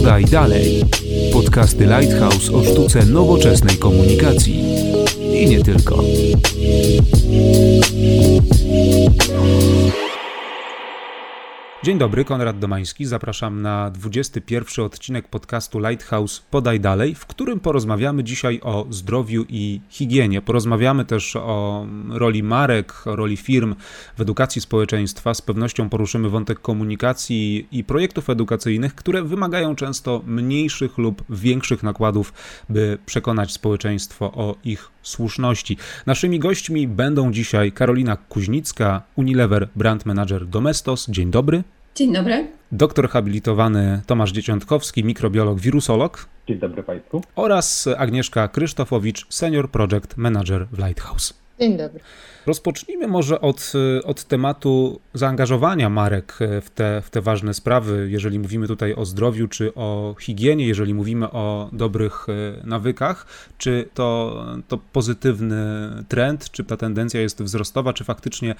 Podaj dalej. Podcasty Lighthouse o sztuce nowoczesnej komunikacji. I nie tylko. Dzień dobry, Konrad Domański. Zapraszam na 21. odcinek podcastu Lighthouse Podaj dalej, w którym porozmawiamy dzisiaj o zdrowiu i higienie. Porozmawiamy też o roli marek, o roli firm w edukacji społeczeństwa. Z pewnością poruszymy wątek komunikacji i projektów edukacyjnych, które wymagają często mniejszych lub większych nakładów, by przekonać społeczeństwo o ich słuszności. Naszymi gośćmi będą dzisiaj Karolina Kuźnicka, Unilever Brand Manager Domestos. Dzień dobry. Dzień dobry. Doktor habilitowany Tomasz Dzieciątkowski, mikrobiolog, wirusolog. Dzień dobry Państwu. Oraz Agnieszka Krzysztofowicz, Senior Project Manager w Lighthouse. Dzień dobry. Rozpocznijmy może od tematu zaangażowania marek w te ważne sprawy, jeżeli mówimy tutaj o zdrowiu czy o higienie, jeżeli mówimy o dobrych nawykach. Czy to pozytywny trend, czy ta tendencja jest wzrostowa, czy faktycznie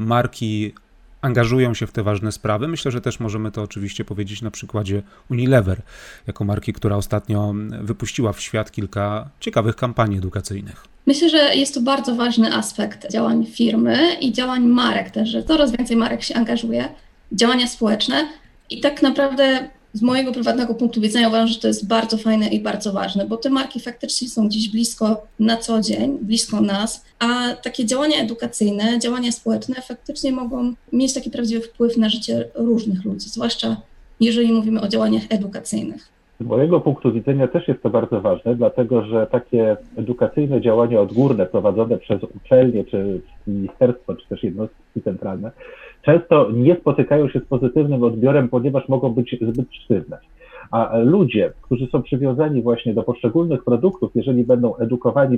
marki angażują się w te ważne sprawy? Myślę, że też możemy to oczywiście powiedzieć na przykładzie Unilever, jako marki, która ostatnio wypuściła w świat kilka ciekawych kampanii edukacyjnych. Myślę, że jest to bardzo ważny aspekt działań firmy i działań marek też, że coraz więcej marek się angażuje, działania społeczne i tak naprawdę z mojego prywatnego punktu widzenia uważam, że to jest bardzo fajne i bardzo ważne, bo te marki faktycznie są gdzieś blisko na co dzień, blisko nas, a takie działania edukacyjne, działania społeczne faktycznie mogą mieć taki prawdziwy wpływ na życie różnych ludzi, zwłaszcza jeżeli mówimy o działaniach edukacyjnych. Z mojego punktu widzenia też jest to bardzo ważne, dlatego że takie edukacyjne działania odgórne prowadzone przez uczelnie, czy ministerstwo, czy też jednostki centralne często nie spotykają się z pozytywnym odbiorem, ponieważ mogą być zbyt sztywne. A ludzie, którzy są przywiązani właśnie do poszczególnych produktów, jeżeli będą edukowani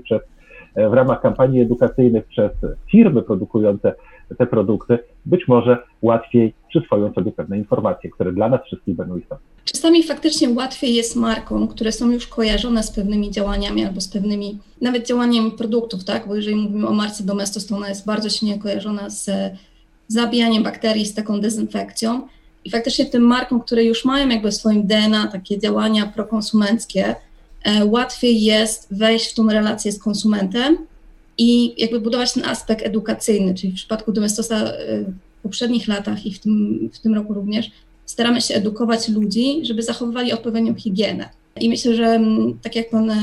w ramach kampanii edukacyjnych przez firmy produkujące te produkty, być może łatwiej przyswoją sobie pewne informacje, które dla nas wszystkich będą istotne. Czasami faktycznie łatwiej jest markom, które są już kojarzone z pewnymi działaniami albo z pewnymi nawet działaniami produktów, tak? Bo jeżeli mówimy o marce Domestos, to ona jest bardzo silnie kojarzona z zabijaniem bakterii, z taką dezynfekcją i faktycznie tym markom, które już mają jakby w swoim DNA takie działania prokonsumenckie, łatwiej jest wejść w tą relację z konsumentem i jakby budować ten aspekt edukacyjny, czyli w przypadku Domestosa w poprzednich latach i w tym roku również staramy się edukować ludzi, żeby zachowywali odpowiednią higienę. I myślę, że tak jak pan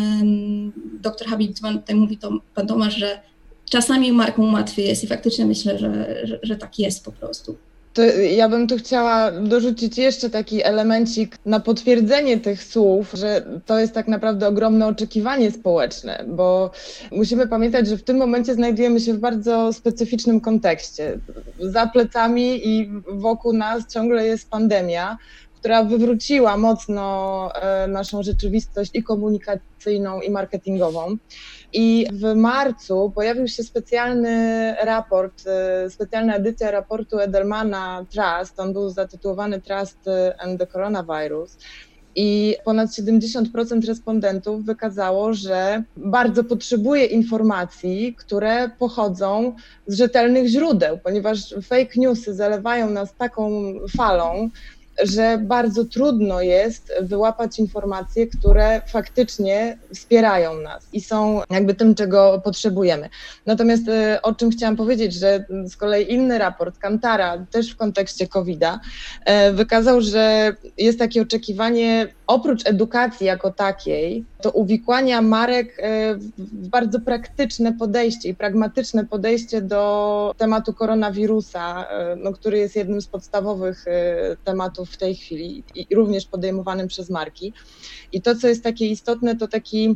doktor habilitowany tutaj mówi, to pan Tomasz, że czasami markom łatwiej jest i faktycznie myślę, że tak jest po prostu. To ja bym tu chciała dorzucić jeszcze taki elemencik na potwierdzenie tych słów, że to jest tak naprawdę ogromne oczekiwanie społeczne, bo musimy pamiętać, że w tym momencie znajdujemy się w bardzo specyficznym kontekście. Za plecami i wokół nas ciągle jest pandemia, która wywróciła mocno naszą rzeczywistość i komunikacyjną, i marketingową. I w marcu pojawił się specjalny raport, specjalna edycja raportu Edelmana Trust, on był zatytułowany Trust and the Coronavirus. I ponad 70% respondentów wykazało, że bardzo potrzebuje informacji, które pochodzą z rzetelnych źródeł, ponieważ fake newsy zalewają nas taką falą, że bardzo trudno jest wyłapać informacje, które faktycznie wspierają nas i są jakby tym, czego potrzebujemy. Natomiast o czym chciałam powiedzieć, że z kolei inny raport Kantara, też w kontekście COVID-a, wykazał, że jest takie oczekiwanie, oprócz edukacji jako takiej, to uwikłania marek w bardzo praktyczne podejście i pragmatyczne podejście do tematu koronawirusa, który jest jednym z podstawowych tematów w tej chwili i również podejmowanym przez marki. I to, co jest takie istotne, to taki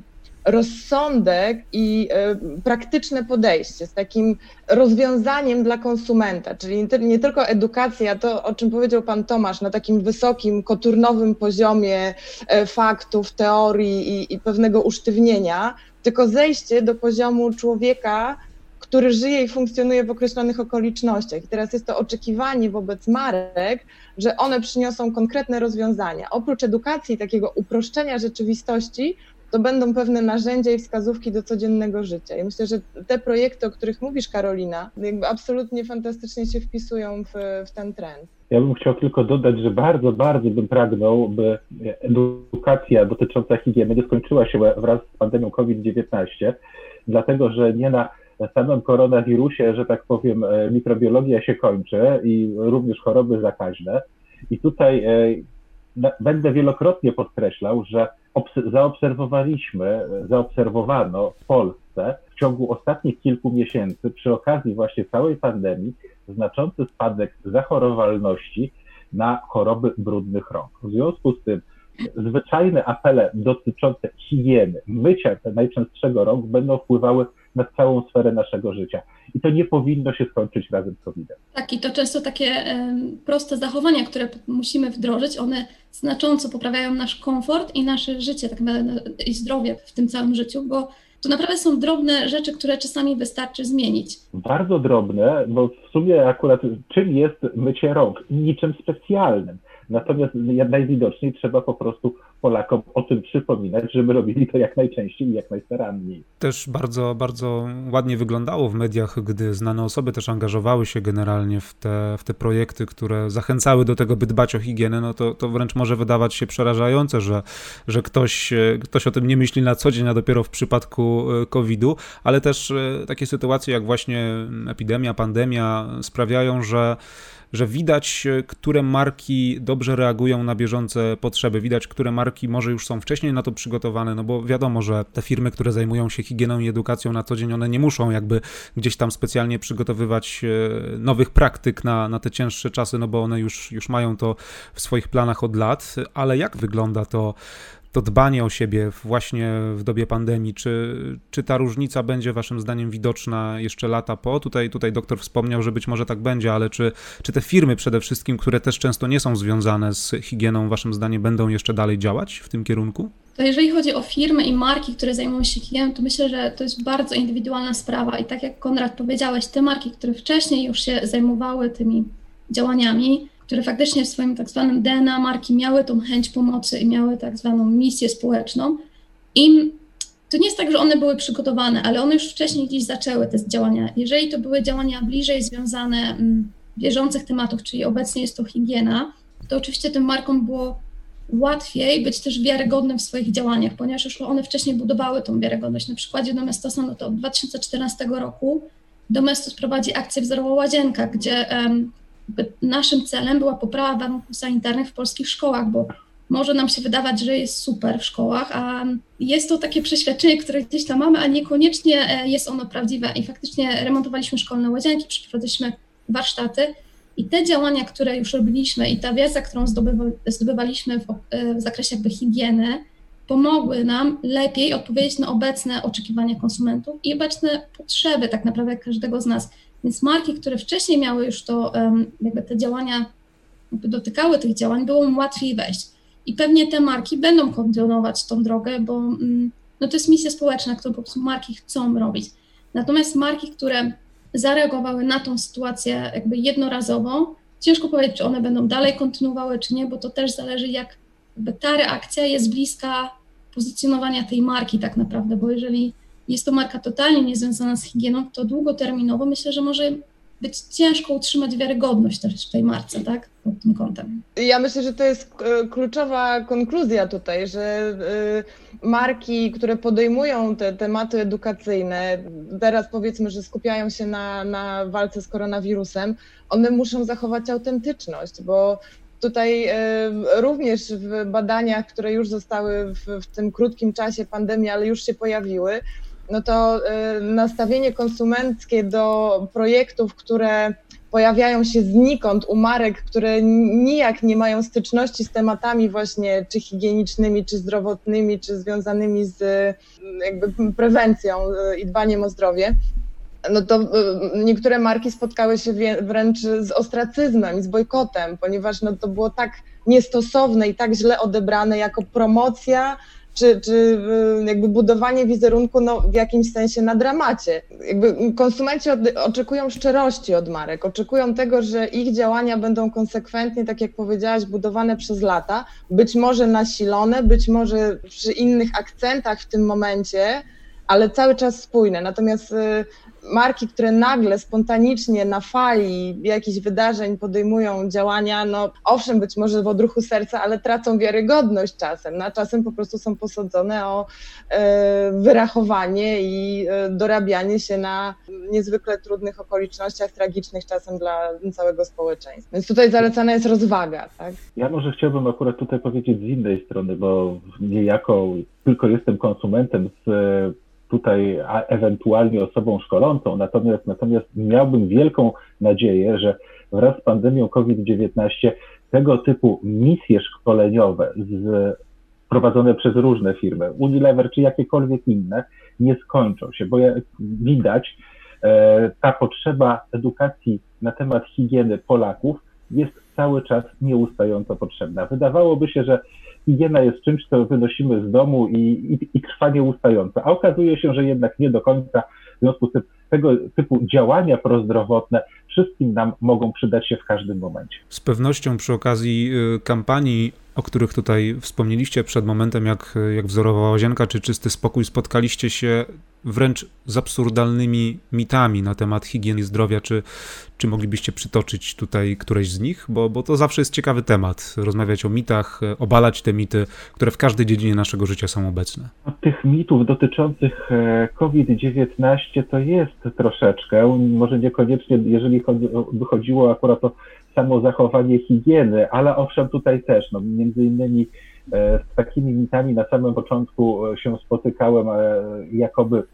rozsądek i praktyczne podejście z takim rozwiązaniem dla konsumenta, czyli nie tylko edukacja, to o czym powiedział pan Tomasz, na takim wysokim, koturnowym poziomie faktów, teorii i pewnego usztywnienia, tylko zejście do poziomu człowieka, który żyje i funkcjonuje w określonych okolicznościach. I teraz jest to oczekiwanie wobec marek, że one przyniosą konkretne rozwiązania. Oprócz edukacji, takiego uproszczenia rzeczywistości, to będą pewne narzędzia i wskazówki do codziennego życia. I myślę, że te projekty, o których mówisz, Karolina, jakby absolutnie fantastycznie się wpisują w ten trend. Ja bym chciał tylko dodać, że bardzo, bardzo bym pragnął, by edukacja dotycząca higieny nie skończyła się wraz z pandemią COVID-19, dlatego że nie na samym koronawirusie, że tak powiem, mikrobiologia się kończy i również choroby zakaźne. I tutaj będę wielokrotnie podkreślał, że zaobserwowano w Polsce w ciągu ostatnich kilku miesięcy przy okazji właśnie całej pandemii znaczący spadek zachorowalności na choroby brudnych rąk. W związku z tym zwyczajne apele dotyczące higieny, mycia najczęstszego rąk będą wpływały na całą sferę naszego życia. I to nie powinno się skończyć razem z COVID-em. Tak, i to często takie proste zachowania, które musimy wdrożyć, one znacząco poprawiają nasz komfort i nasze życie, tak naprawdę i zdrowie w tym całym życiu, bo to naprawdę są drobne rzeczy, które czasami wystarczy zmienić. Bardzo drobne, bo w sumie akurat czym jest mycie rąk? Niczym specjalnym. Natomiast najwidoczniej trzeba po prostu Polakom o tym przypominać, żeby robili to jak najczęściej i jak najstaranniej. Też bardzo, bardzo ładnie wyglądało w mediach, gdy znane osoby też angażowały się generalnie w te projekty, które zachęcały do tego, by dbać o higienę. No to wręcz może wydawać się przerażające, że ktoś o tym nie myśli na co dzień, a dopiero w przypadku COVID-u, ale też takie sytuacje jak właśnie epidemia, pandemia sprawiają, że widać, które marki dobrze reagują na bieżące potrzeby, widać, które marki może już są wcześniej na to przygotowane, no bo wiadomo, że te firmy, które zajmują się higieną i edukacją na co dzień, one nie muszą jakby gdzieś tam specjalnie przygotowywać nowych praktyk na te cięższe czasy, no bo one już mają to w swoich planach od lat, ale jak wygląda to dbanie o siebie właśnie w dobie pandemii, czy ta różnica będzie waszym zdaniem widoczna jeszcze lata po? Tutaj doktor wspomniał, że być może tak będzie, ale czy te firmy przede wszystkim, które też często nie są związane z higieną, waszym zdaniem będą jeszcze dalej działać w tym kierunku? To jeżeli chodzi o firmy i marki, które zajmują się higieną, to myślę, że to jest bardzo indywidualna sprawa i tak jak Konrad powiedziałeś, te marki, które wcześniej już się zajmowały tymi działaniami, które faktycznie w swoim tak zwanym DNA marki miały tą chęć pomocy i miały tak zwaną misję społeczną. I to nie jest tak, że one były przygotowane, ale one już wcześniej gdzieś zaczęły te działania. Jeżeli to były działania bliżej związane bieżących tematów, czyli obecnie jest to higiena, to oczywiście tym markom było łatwiej być też wiarygodnym w swoich działaniach, ponieważ już one wcześniej budowały tą wiarygodność. Na przykładzie Domestosa, no to od 2014 roku Domestos prowadzi akcję Wzorowa Łazienka, gdzie naszym celem była poprawa warunków sanitarnych w polskich szkołach, bo może nam się wydawać, że jest super w szkołach, a jest to takie przeświadczenie, które gdzieś tam mamy, a niekoniecznie jest ono prawdziwe. I faktycznie remontowaliśmy szkolne łazienki, przeprowadziliśmy warsztaty i te działania, które już robiliśmy i ta wiedza, którą zdobywaliśmy w zakresie jakby higieny, pomogły nam lepiej odpowiedzieć na obecne oczekiwania konsumentów i obecne potrzeby tak naprawdę każdego z nas. Więc marki, które wcześniej miały już to, jakby te działania, jakby dotykały tych działań, było im łatwiej wejść. I pewnie te marki będą kontynuować tą drogę, bo no to jest misja społeczna, którą po prostu marki chcą robić. Natomiast marki, które zareagowały na tą sytuację jakby jednorazowo, ciężko powiedzieć, czy one będą dalej kontynuowały, czy nie, bo to też zależy, jak jakby ta reakcja jest bliska pozycjonowania tej marki tak naprawdę, bo jeżeli jest to marka totalnie niezwiązana z higieną, to długoterminowo myślę, że może być ciężko utrzymać wiarygodność też w tej marce, tak? Pod tym kątem. Ja myślę, że to jest kluczowa konkluzja tutaj, że marki, które podejmują te tematy edukacyjne, teraz powiedzmy, że skupiają się na walce z koronawirusem, one muszą zachować autentyczność, bo tutaj również w badaniach, które już zostały w tym krótkim czasie pandemii, ale już się pojawiły, no to nastawienie konsumenckie do projektów, które pojawiają się znikąd u marek, które nijak nie mają styczności z tematami właśnie czy higienicznymi, czy zdrowotnymi, czy związanymi z jakby prewencją i dbaniem o zdrowie, no to niektóre marki spotkały się wręcz z ostracyzmem i z bojkotem, ponieważ no to było tak niestosowne i tak źle odebrane jako promocja czy jakby budowanie wizerunku w jakimś sensie na dramacie. Jakby konsumenci oczekują szczerości od marek, oczekują tego, że ich działania będą konsekwentnie, tak jak powiedziałaś, budowane przez lata, być może nasilone, być może przy innych akcentach w tym momencie, ale cały czas spójne. Natomiast marki, które nagle, spontanicznie na fali jakichś wydarzeń podejmują działania, owszem, być może w odruchu serca, ale tracą wiarygodność czasem, a czasem po prostu są posadzone o wyrachowanie i dorabianie się na niezwykle trudnych okolicznościach, tragicznych czasem dla całego społeczeństwa. Więc tutaj zalecana jest rozwaga, tak? Ja może chciałbym akurat tutaj powiedzieć z innej strony, bo niejako tylko jestem konsumentem tutaj ewentualnie osobą szkolącą, natomiast miałbym wielką nadzieję, że wraz z pandemią COVID-19 tego typu misje szkoleniowe prowadzone przez różne firmy, Unilever czy jakiekolwiek inne, nie skończą się, bo jak widać, ta potrzeba edukacji na temat higieny Polaków jest cały czas nieustająco potrzebna. Wydawałoby się, że higiena jest czymś, co wynosimy z domu i trwa nieustająco, a okazuje się, że jednak nie do końca. W związku z tym tego typu działania prozdrowotne wszystkim nam mogą przydać się w każdym momencie. Z pewnością przy okazji kampanii, o których tutaj wspomnieliście przed momentem, jak Wzorowa łazienka czy Czysty spokój, spotkaliście się wręcz z absurdalnymi mitami na temat higieny i zdrowia. Czy moglibyście przytoczyć tutaj któreś z nich? Bo to zawsze jest ciekawy temat, rozmawiać o mitach, obalać te mity, które w każdej dziedzinie naszego życia są obecne. Tych mitów dotyczących COVID-19 to jest troszeczkę, może niekoniecznie, jeżeli by chodziło akurat o samo zachowanie higieny, ale owszem tutaj też, między innymi z takimi mitami na samym początku się spotykałem, jakoby,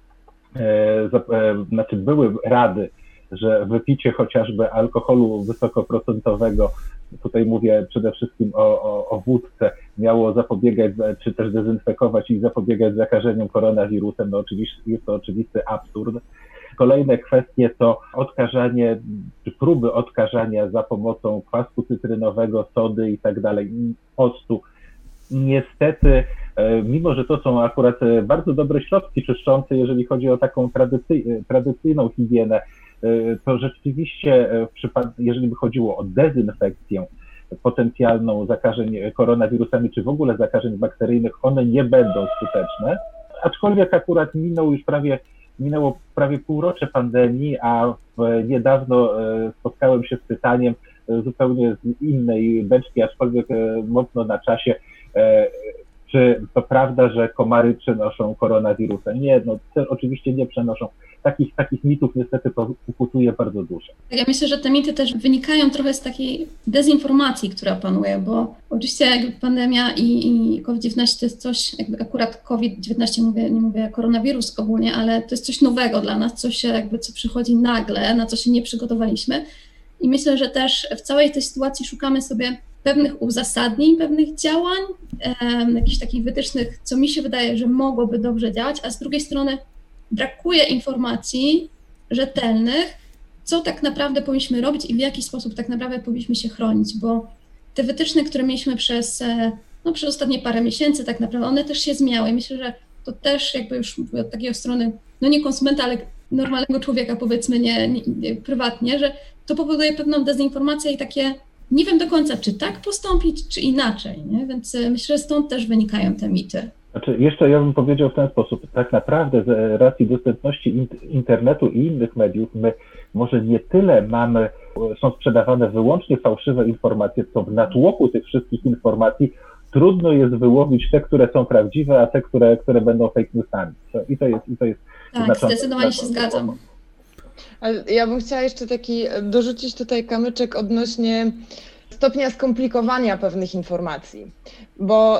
były rady, że wypicie chociażby alkoholu wysokoprocentowego, tutaj mówię przede wszystkim o wódce, miało zapobiegać, czy też dezynfekować i zapobiegać zakażeniom koronawirusem. Oczywiście jest to oczywisty absurd. Kolejne kwestie to odkażanie, czy próby odkażania za pomocą kwasku cytrynowego, sody i tak dalej, octu. Niestety, mimo że to są akurat bardzo dobre środki czyszczące, jeżeli chodzi o taką tradycyjną higienę, to rzeczywiście, jeżeli by chodziło o dezynfekcję potencjalną zakażeń koronawirusami, czy w ogóle zakażeń bakteryjnych, one nie będą skuteczne. Aczkolwiek akurat minęło prawie półrocze pandemii, a niedawno spotkałem się z pytaniem zupełnie z innej beczki, aczkolwiek mocno na czasie, czy to prawda, że komary przenoszą koronawirusa? Nie, oczywiście nie przenoszą. Takich mitów niestety pokutuje bardzo dużo. Ja myślę, że te mity też wynikają trochę z takiej dezinformacji, która panuje, bo oczywiście jakby pandemia i COVID-19 to jest coś, jakby akurat COVID-19, nie mówię koronawirus ogólnie, ale to jest coś nowego dla nas, co przychodzi nagle, na co się nie przygotowaliśmy. I myślę, że też w całej tej sytuacji szukamy sobie pewnych uzasadnień, pewnych działań, jakichś takich wytycznych, co mi się wydaje, że mogłoby dobrze działać, a z drugiej strony brakuje informacji rzetelnych, co tak naprawdę powinniśmy robić i w jaki sposób tak naprawdę powinniśmy się chronić, bo te wytyczne, które mieliśmy przez ostatnie parę miesięcy, tak naprawdę one też się zmieniały. Myślę, że to też jakby już mówię od takiej strony, nie konsumenta, ale normalnego człowieka, powiedzmy, nie prywatnie, że to powoduje pewną dezinformację i takie nie wiem do końca, czy tak postąpić, czy inaczej, nie? Więc myślę, że stąd też wynikają te mity. Znaczy, jeszcze ja bym powiedział w ten sposób, tak naprawdę z racji dostępności internetu i innych mediów, my może nie tyle są sprzedawane wyłącznie fałszywe informacje, co w natłoku tych wszystkich informacji trudno jest wyłowić te, które są prawdziwe, a te, które będą fake newsami. I to jest tak, zdecydowanie się zgadzam. Ale ja bym chciała jeszcze dorzucić tutaj kamyczek odnośnie stopnia skomplikowania pewnych informacji, bo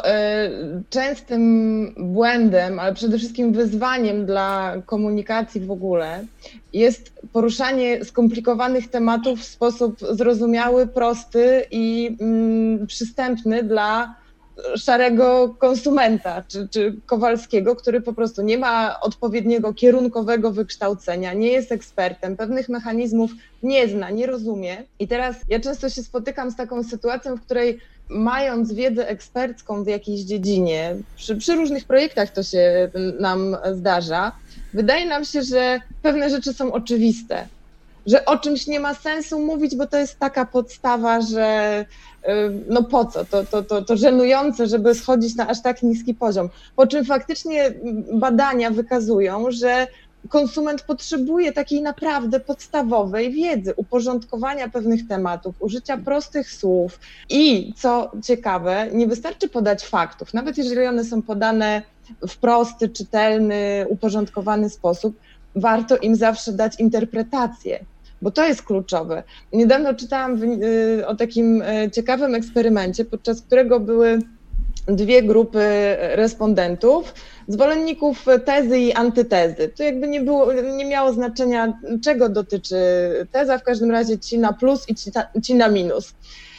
częstym błędem, ale przede wszystkim wyzwaniem dla komunikacji w ogóle jest poruszanie skomplikowanych tematów w sposób zrozumiały, prosty i przystępny dla szarego konsumenta czy Kowalskiego, który po prostu nie ma odpowiedniego kierunkowego wykształcenia, nie jest ekspertem, pewnych mechanizmów nie zna, nie rozumie. I teraz ja często się spotykam z taką sytuacją, w której mając wiedzę ekspercką w jakiejś dziedzinie, przy różnych projektach to się nam zdarza, wydaje nam się, że pewne rzeczy są oczywiste, że o czymś nie ma sensu mówić, bo to jest taka podstawa, że no po co, to żenujące, żeby schodzić na aż tak niski poziom. Po czym faktycznie badania wykazują, że konsument potrzebuje takiej naprawdę podstawowej wiedzy, uporządkowania pewnych tematów, użycia prostych słów i co ciekawe, nie wystarczy podać faktów, nawet jeżeli one są podane w prosty, czytelny, uporządkowany sposób, warto im zawsze dać interpretację, bo to jest kluczowe. Niedawno czytałam o takim ciekawym eksperymencie, podczas którego były dwie grupy respondentów, zwolenników tezy i antytezy. To jakby nie miało znaczenia, czego dotyczy teza, w każdym razie ci na plus i ci na minus.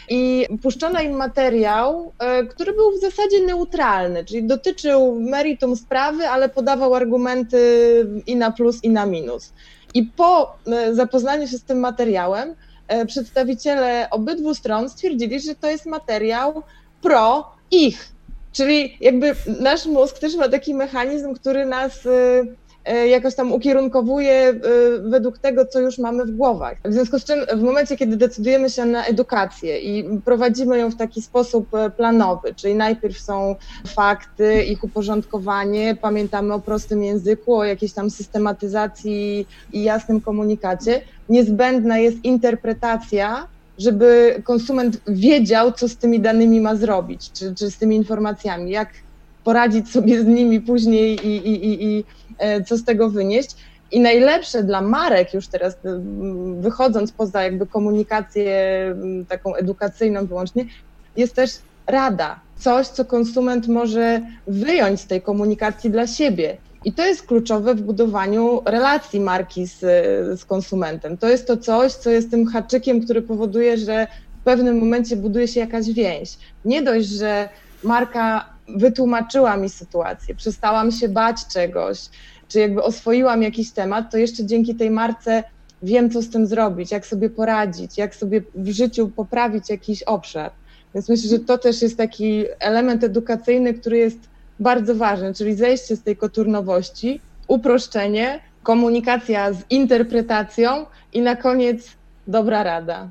I puszczono im materiał, który był w zasadzie neutralny, czyli dotyczył meritum sprawy, ale podawał argumenty i na plus, i na minus. I po zapoznaniu się z tym materiałem przedstawiciele obydwu stron stwierdzili, że to jest materiał pro ich. Czyli jakby nasz mózg też ma taki mechanizm, który nas jakoś tam ukierunkowuje według tego, co już mamy w głowach. W związku z czym w momencie, kiedy decydujemy się na edukację i prowadzimy ją w taki sposób planowy, czyli najpierw są fakty, ich uporządkowanie, pamiętamy o prostym języku, o jakiejś tam systematyzacji i jasnym komunikacie, niezbędna jest interpretacja, żeby konsument wiedział, co z tymi danymi ma zrobić, czy z tymi informacjami, jak poradzić sobie z nimi później i co z tego wynieść. I najlepsze dla marek, już teraz wychodząc poza jakby komunikację taką edukacyjną wyłącznie, jest też rada, coś, co konsument może wyjąć z tej komunikacji dla siebie. I to jest kluczowe w budowaniu relacji marki z konsumentem. To jest to coś, co jest tym haczykiem, który powoduje, że w pewnym momencie buduje się jakaś więź. Nie dość, że marka wytłumaczyła mi sytuację, przestałam się bać czegoś, czy jakby oswoiłam jakiś temat, to jeszcze dzięki tej marce wiem, co z tym zrobić, jak sobie poradzić, jak sobie w życiu poprawić jakiś obszar. Więc myślę, że to też jest taki element edukacyjny, który jest bardzo ważny, czyli zejście z tej koturnowości, uproszczenie, komunikacja z interpretacją i na koniec dobra rada.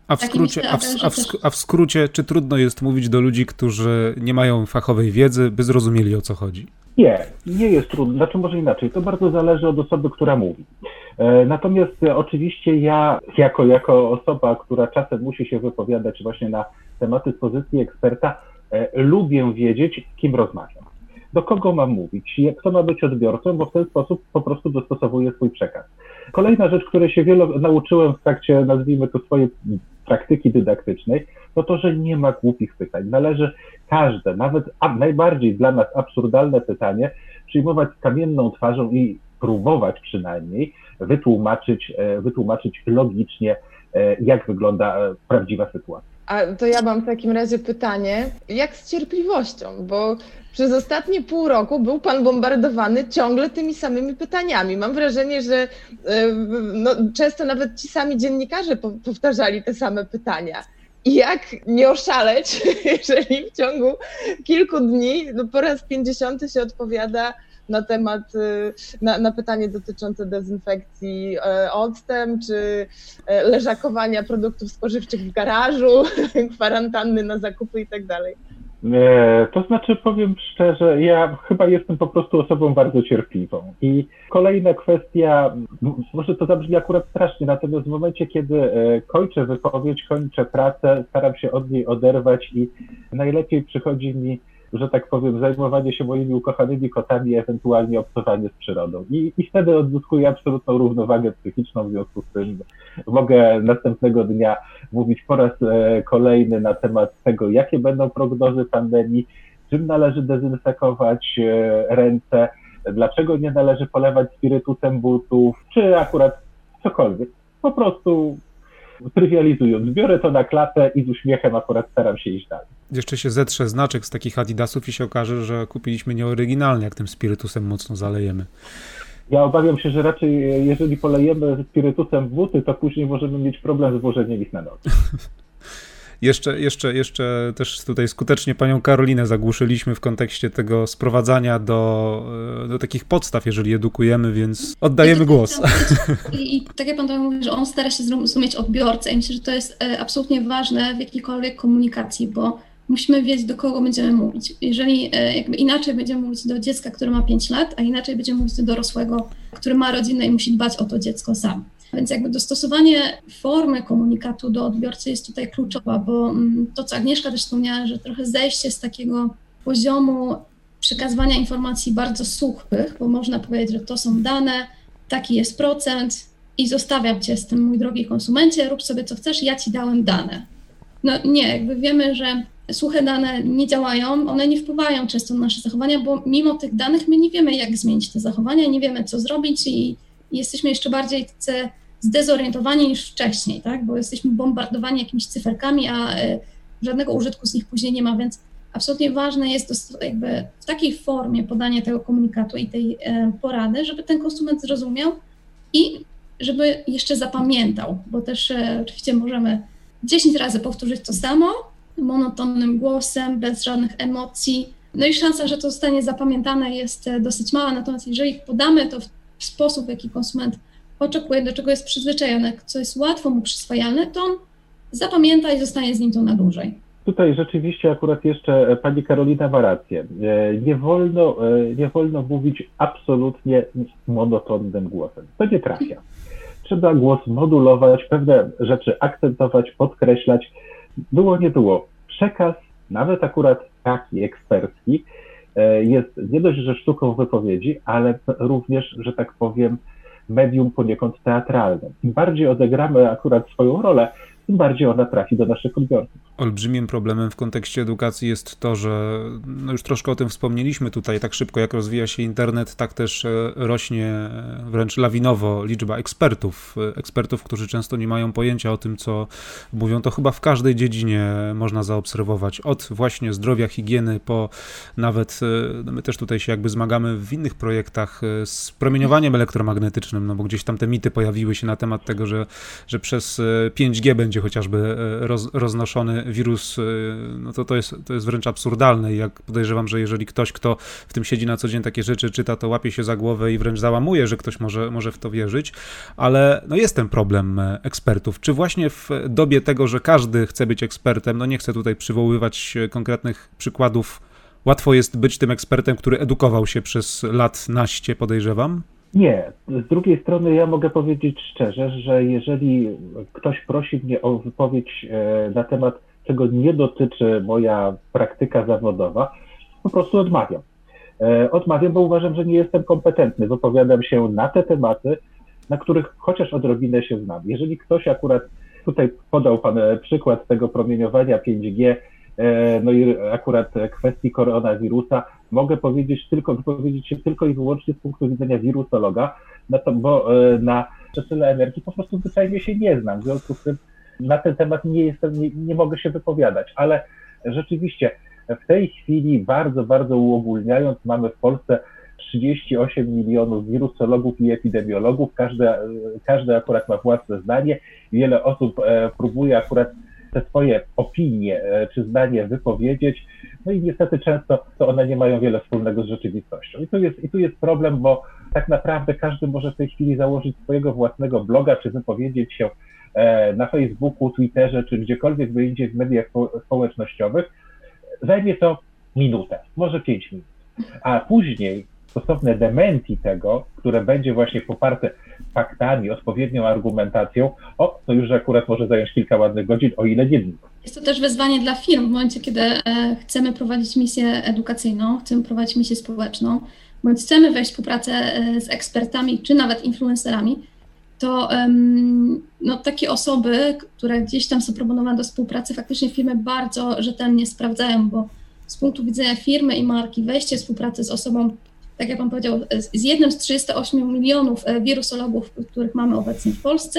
A w skrócie, czy trudno jest mówić do ludzi, którzy nie mają fachowej wiedzy, by zrozumieli, o co chodzi? Nie jest trudno, znaczy może inaczej, to bardzo zależy od osoby, która mówi. Natomiast oczywiście ja, jako osoba, która czasem musi się wypowiadać właśnie na tematy z pozycji eksperta, lubię wiedzieć, z kim rozmawiam, do kogo mam mówić, kto ma być odbiorcą, bo w ten sposób po prostu dostosowuję swój przekaz. Kolejna rzecz, której się nauczyłem w trakcie, nazwijmy to, swojej praktyki dydaktycznej, to, że nie ma głupich pytań. Należy każde, nawet najbardziej dla nas absurdalne pytanie przyjmować z kamienną twarzą i próbować przynajmniej wytłumaczyć logicznie, jak wygląda prawdziwa sytuacja. A to ja mam w takim razie pytanie, jak z cierpliwością, bo przez ostatnie pół roku był pan bombardowany ciągle tymi samymi pytaniami. Mam wrażenie, że często nawet ci sami dziennikarze powtarzali te same pytania. I jak nie oszaleć, jeżeli w ciągu kilku dni po raz 50 się odpowiada na temat, na pytanie dotyczące dezynfekcji octem, czy leżakowania produktów spożywczych w garażu, kwarantanny na zakupy i tak dalej. To znaczy, powiem szczerze, ja chyba jestem po prostu osobą bardzo cierpliwą. I kolejna kwestia, może to zabrzmi akurat strasznie, natomiast w momencie, kiedy kończę wypowiedź, kończę pracę, staram się od niej oderwać i najlepiej przychodzi mi, że tak powiem, zajmowanie się moimi ukochanymi kotami, ewentualnie obcowanie z przyrodą. I wtedy odzyskuję absolutną równowagę psychiczną, w związku z tym mogę następnego dnia mówić po raz kolejny na temat tego, jakie będą prognozy pandemii, czym należy dezynfekować ręce, dlaczego nie należy polewać spirytusem butów, czy akurat cokolwiek. Po prostu trywializując, biorę to na klatę i z uśmiechem akurat staram się iść dalej. Jeszcze się zetrze znaczek z takich Adidasów i się okaże, że kupiliśmy nieoryginalny, jak tym spirytusem mocno zalejemy. Ja obawiam się, że raczej jeżeli polejemy spirytusem w buty, to później możemy mieć problem z włożeniem ich na nogi. Jeszcze też tutaj skutecznie panią Karolinę zagłuszyliśmy w kontekście tego sprowadzania do takich podstaw, jeżeli edukujemy, więc oddajemy głos. I tak jak pan to mówi, że on stara się zrozumieć odbiorcę i myślę, że to jest absolutnie ważne w jakiejkolwiek komunikacji, bo musimy wiedzieć, do kogo będziemy mówić. Jeżeli jakby inaczej będziemy mówić do dziecka, które ma 5 lat, a inaczej będziemy mówić do dorosłego, który ma rodzinę i musi dbać o to dziecko sam. Więc jakby dostosowanie formy komunikatu do odbiorcy jest tutaj kluczowa, bo to, co Agnieszka też wspomniała, że trochę zejście z takiego poziomu przekazywania informacji bardzo suchych, bo można powiedzieć, że to są dane, taki jest procent i zostawiam cię z tym, mój drogi konsumencie, rób sobie co chcesz, ja ci dałem dane. No nie, jakby wiemy, że suche dane nie działają, one nie wpływają często na nasze zachowania, bo mimo tych danych my nie wiemy, jak zmienić te zachowania, nie wiemy, co zrobić i jesteśmy jeszcze bardziej zdezorientowani niż wcześniej, tak? Bo jesteśmy bombardowani jakimiś cyferkami, a żadnego użytku z nich później nie ma, więc absolutnie ważne jest jakby w takiej formie podanie tego komunikatu i tej porady, żeby ten konsument zrozumiał i żeby jeszcze zapamiętał, bo też oczywiście możemy 10 razy powtórzyć to samo, monotonnym głosem, bez żadnych emocji, no i szansa, że to zostanie zapamiętane jest dosyć mała, natomiast jeżeli podamy to w sposób, w jaki konsument oczekuje, do czego jest przyzwyczajony, co jest łatwo mu przyswajalne, to on zapamięta i zostanie z nim to na dłużej. Tutaj rzeczywiście akurat jeszcze pani Karolina ma rację. Nie wolno mówić absolutnie monotonnym głosem. To nie trafia. Trzeba głos modulować, pewne rzeczy akcentować, podkreślać. Było, nie było. Przekaz, nawet akurat taki ekspercki, jest nie dość, że sztuką wypowiedzi, ale również, że tak powiem, medium poniekąd teatralne. Im bardziej odegramy akurat swoją rolę, tym bardziej ona trafi do naszych odbiorców. Olbrzymim problemem w kontekście edukacji jest to, że już troszkę o tym wspomnieliśmy tutaj, tak szybko jak rozwija się internet, tak też rośnie wręcz lawinowo liczba ekspertów, którzy często nie mają pojęcia o tym, co mówią. To chyba w każdej dziedzinie można zaobserwować, od właśnie zdrowia, higieny, po nawet, my też tutaj się jakby zmagamy w innych projektach z promieniowaniem elektromagnetycznym, no bo gdzieś tam te mity pojawiły się na temat tego, że przez 5G będzie chociażby roznoszony wirus, no to jest wręcz absurdalne i jak podejrzewam, że jeżeli ktoś, kto w tym siedzi na co dzień takie rzeczy czyta, to łapie się za głowę i wręcz załamuje, że ktoś może w to wierzyć, ale no jest ten problem ekspertów. Czy właśnie w dobie tego, że każdy chce być ekspertem, no nie chcę tutaj przywoływać konkretnych przykładów, łatwo jest być tym ekspertem, który edukował się przez lat naście, podejrzewam? Nie. Z drugiej strony ja mogę powiedzieć szczerze, że jeżeli ktoś prosi mnie o wypowiedź na temat, czego nie dotyczy moja praktyka zawodowa, po prostu odmawiam. Odmawiam, bo uważam, że nie jestem kompetentny. Wypowiadam się na te tematy, na których chociaż odrobinę się znam. Jeżeli ktoś akurat, tutaj podał pan przykład tego promieniowania 5G, no i akurat kwestii koronawirusa, mogę wypowiedzieć się tylko i wyłącznie z punktu widzenia wirusologa, bo na przesyle energii po prostu zwyczajnie się nie znam. W związku z tym na ten temat nie mogę się wypowiadać, ale rzeczywiście w tej chwili bardzo, bardzo uogólniając, mamy w Polsce 38 milionów wirusologów i epidemiologów, każdy akurat ma własne zdanie, wiele osób próbuje akurat te swoje opinie czy zdanie wypowiedzieć, no i niestety często to one nie mają wiele wspólnego z rzeczywistością. I tu jest problem, bo tak naprawdę każdy może w tej chwili założyć swojego własnego bloga, czy wypowiedzieć się na Facebooku, Twitterze, czy gdziekolwiek wyjdzie w mediach społecznościowych. Zajmie to minutę, może 5 minut, a później stosowne dementi tego, które będzie właśnie poparte faktami, odpowiednią argumentacją, to już akurat może zająć kilka ładnych godzin, o ile nie dni. Jest to też wyzwanie dla firm w momencie, kiedy chcemy prowadzić misję edukacyjną, chcemy prowadzić misję społeczną, bądź chcemy wejść w współpracę z ekspertami, czy nawet influencerami, to no, takie osoby, które gdzieś tam są proponowane do współpracy, faktycznie firmy bardzo rzetelnie sprawdzają, bo z punktu widzenia firmy i marki wejście w współpracę z osobą, tak jak pan powiedział, z jednym z 38 milionów wirusologów, których mamy obecnie w Polsce,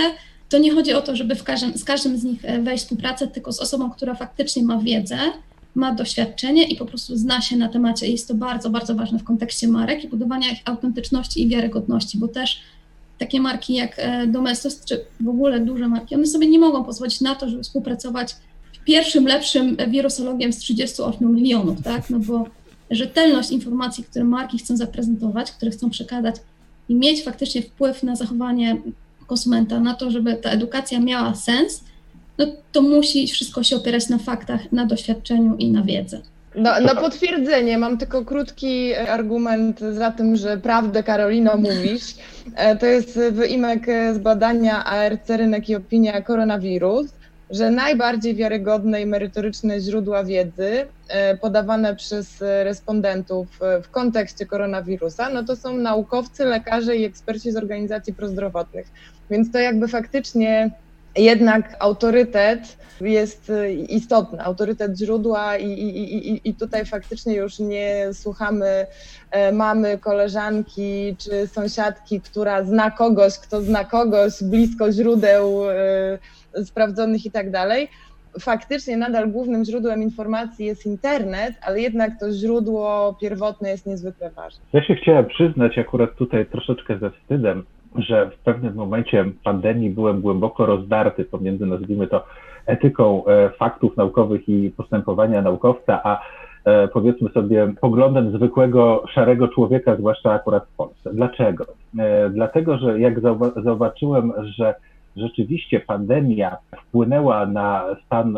to nie chodzi o to, żeby z każdym z nich wejść w współpracę, tylko z osobą, która faktycznie ma wiedzę, ma doświadczenie i po prostu zna się na temacie. Jest to bardzo, bardzo ważne w kontekście marek i budowania ich autentyczności i wiarygodności, bo też takie marki jak Domestos, czy w ogóle duże marki, one sobie nie mogą pozwolić na to, żeby współpracować pierwszym, lepszym wirusologiem z 38 milionów, tak? No bo rzetelność informacji, które marki chcą zaprezentować, które chcą przekazać i mieć faktycznie wpływ na zachowanie konsumenta, na to, żeby ta edukacja miała sens, no to musi wszystko się opierać na faktach, na doświadczeniu i na wiedzy. Na potwierdzenie mam tylko krótki argument za tym, że prawdę, Karolino, mówisz. To jest wyimek z badania ARC Rynek i Opinia Koronawirus, że najbardziej wiarygodne i merytoryczne źródła wiedzy podawane przez respondentów w kontekście koronawirusa, no to są naukowcy, lekarze i eksperci z organizacji prozdrowotnych. Więc to jakby faktycznie jednak autorytet jest istotny, autorytet źródła i tutaj faktycznie już nie słuchamy mamy, koleżanki czy sąsiadki, która zna kogoś, kto zna kogoś blisko źródeł sprawdzonych i tak dalej. Faktycznie nadal głównym źródłem informacji jest internet, ale jednak to źródło pierwotne jest niezwykle ważne. Ja się chciałem przyznać akurat tutaj troszeczkę ze wstydem, że w pewnym momencie pandemii byłem głęboko rozdarty pomiędzy, nazwijmy to, etyką faktów naukowych i postępowania naukowca, a powiedzmy sobie poglądem zwykłego, szarego człowieka, zwłaszcza akurat w Polsce. Dlaczego? Dlatego, że jak zauważyłem, że rzeczywiście pandemia wpłynęła na stan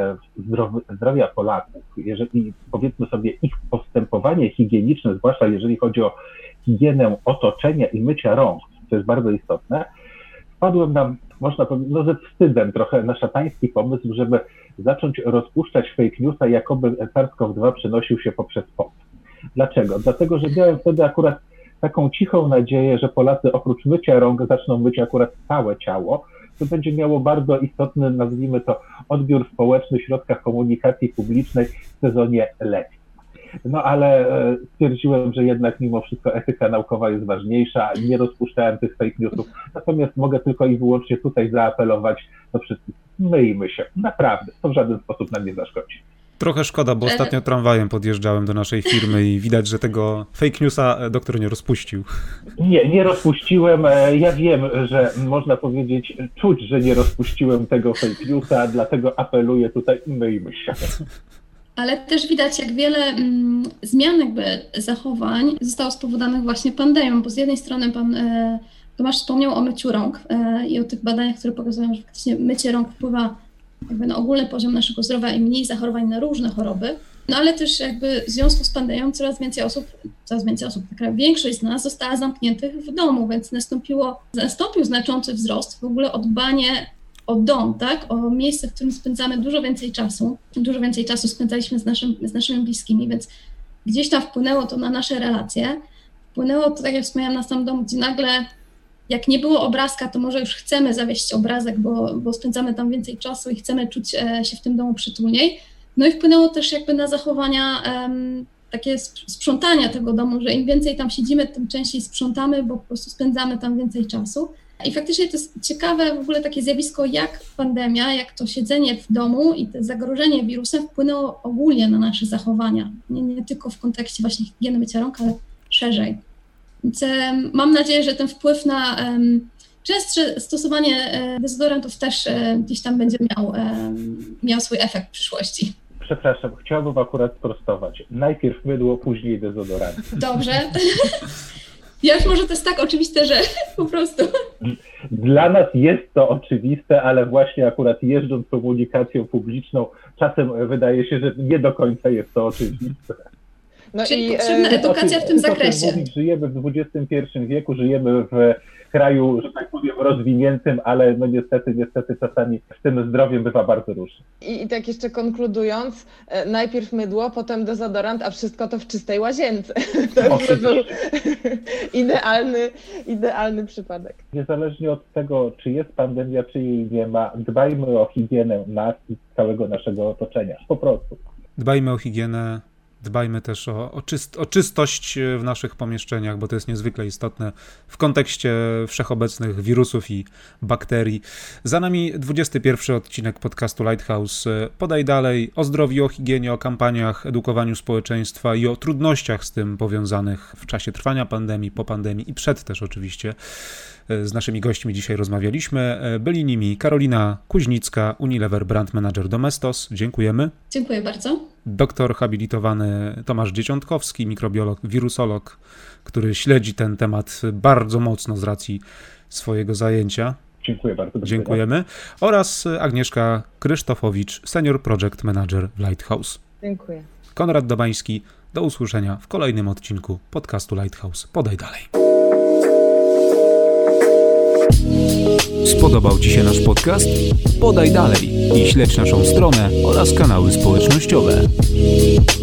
zdrowia Polaków, jeżeli powiedzmy sobie ich postępowanie higieniczne, zwłaszcza jeżeli chodzi o higienę otoczenia i mycia rąk, to jest bardzo istotne, wpadłem na, można powiedzieć, ze wstydem trochę na szatański pomysł, żeby zacząć rozpuszczać fake newsa, jakoby SARS-CoV-2 przenosił się poprzez pot. Dlaczego? Dlatego, że miałem wtedy akurat taką cichą nadzieję, że Polacy oprócz mycia rąk zaczną myć akurat całe ciało, to będzie miało bardzo istotny, nazwijmy to, odbiór społeczny w środkach komunikacji publicznej w sezonie letnim. No ale stwierdziłem, że jednak mimo wszystko etyka naukowa jest ważniejsza, nie rozpuszczałem tych fake newsów, natomiast mogę tylko i wyłącznie tutaj zaapelować do wszystkich. Myjmy się, naprawdę, to w żaden sposób nam nie zaszkodzi. Trochę szkoda, bo ostatnio tramwajem podjeżdżałem do naszej firmy i widać, że tego fake newsa doktor nie rozpuścił. Nie rozpuściłem. Ja wiem, że można powiedzieć, czuć, że nie rozpuściłem tego fake newsa, dlatego apeluję tutaj, myjmy się. Ale też widać, jak wiele zmian jakby zachowań zostało spowodowanych właśnie pandemią, bo z jednej strony pan Tomasz wspomniał o myciu rąk i o tych badaniach, które pokazują, że faktycznie mycie rąk wpływa jakby na ogólny poziom naszego zdrowia i mniej zachorowań na różne choroby, no ale też jakby w związku z pandemią coraz więcej osób, taka większość z nas została zamkniętych w domu, więc nastąpił znaczący wzrost w ogóle o dbanie o dom, tak, o miejsce, w którym spędzamy dużo więcej czasu spędzaliśmy z naszymi bliskimi, więc gdzieś tam wpłynęło to na nasze relacje, wpłynęło to, tak jak wspomniałam, na sam dom, gdzie nagle jak nie było obrazka, to może już chcemy zawieść obrazek, bo spędzamy tam więcej czasu i chcemy czuć się w tym domu przytulniej. No i wpłynęło też jakby na zachowania takie sprzątania tego domu, że im więcej tam siedzimy, tym częściej sprzątamy, bo po prostu spędzamy tam więcej czasu. I faktycznie to jest ciekawe w ogóle takie zjawisko, jak pandemia, jak to siedzenie w domu i to zagrożenie wirusem wpłynęło ogólnie na nasze zachowania. Nie tylko w kontekście właśnie higieny mycia rąk, ale szerzej. Więc mam nadzieję, że ten wpływ na częstsze stosowanie dezodorantów też gdzieś tam będzie miał swój efekt w przyszłości. Przepraszam, chciałbym akurat sprostować. Najpierw mydło, później dezodorant. Dobrze. Ja już może to jest tak oczywiste, że po prostu... Dla nas jest to oczywiste, ale właśnie akurat jeżdżąc komunikacją publiczną, czasem wydaje się, że nie do końca jest to oczywiste. No czyli potrzebna edukacja w tym zakresie. Mówić, żyjemy w XXI wieku, żyjemy w kraju, że tak powiem, rozwiniętym, ale no niestety czasami z tym zdrowiem bywa bardzo różnie. I tak jeszcze konkludując, najpierw mydło, potem dezodorant, a wszystko to w czystej łazience. To był idealny przypadek. Niezależnie od tego, czy jest pandemia, czy jej nie ma, dbajmy o higienę nas i całego naszego otoczenia. Po prostu. Dbajmy o higienę Dbajmy też o czystość w naszych pomieszczeniach, bo to jest niezwykle istotne w kontekście wszechobecnych wirusów i bakterii. Za nami 21 odcinek podcastu Lighthouse. Podaj dalej o zdrowiu, o higienie, o kampaniach, edukowaniu społeczeństwa i o trudnościach z tym powiązanych w czasie trwania pandemii, po pandemii i przed też oczywiście. Z naszymi gośćmi dzisiaj rozmawialiśmy. Byli nimi Karolina Kuźnicka, Unilever Brand Manager Domestos. Dziękujemy. Dziękuję bardzo. Doktor habilitowany Tomasz Dzieciątkowski, mikrobiolog, wirusolog, który śledzi ten temat bardzo mocno z racji swojego zajęcia. Dziękuję bardzo. Dziękujemy. Oraz Agnieszka Krysztofowicz, Senior Project Manager w Lighthouse. Dziękuję. Konrad Domański. Do usłyszenia w kolejnym odcinku podcastu Lighthouse. Podaj dalej. Spodobał Ci się nasz podcast? Podaj dalej i śledź naszą stronę oraz kanały społecznościowe.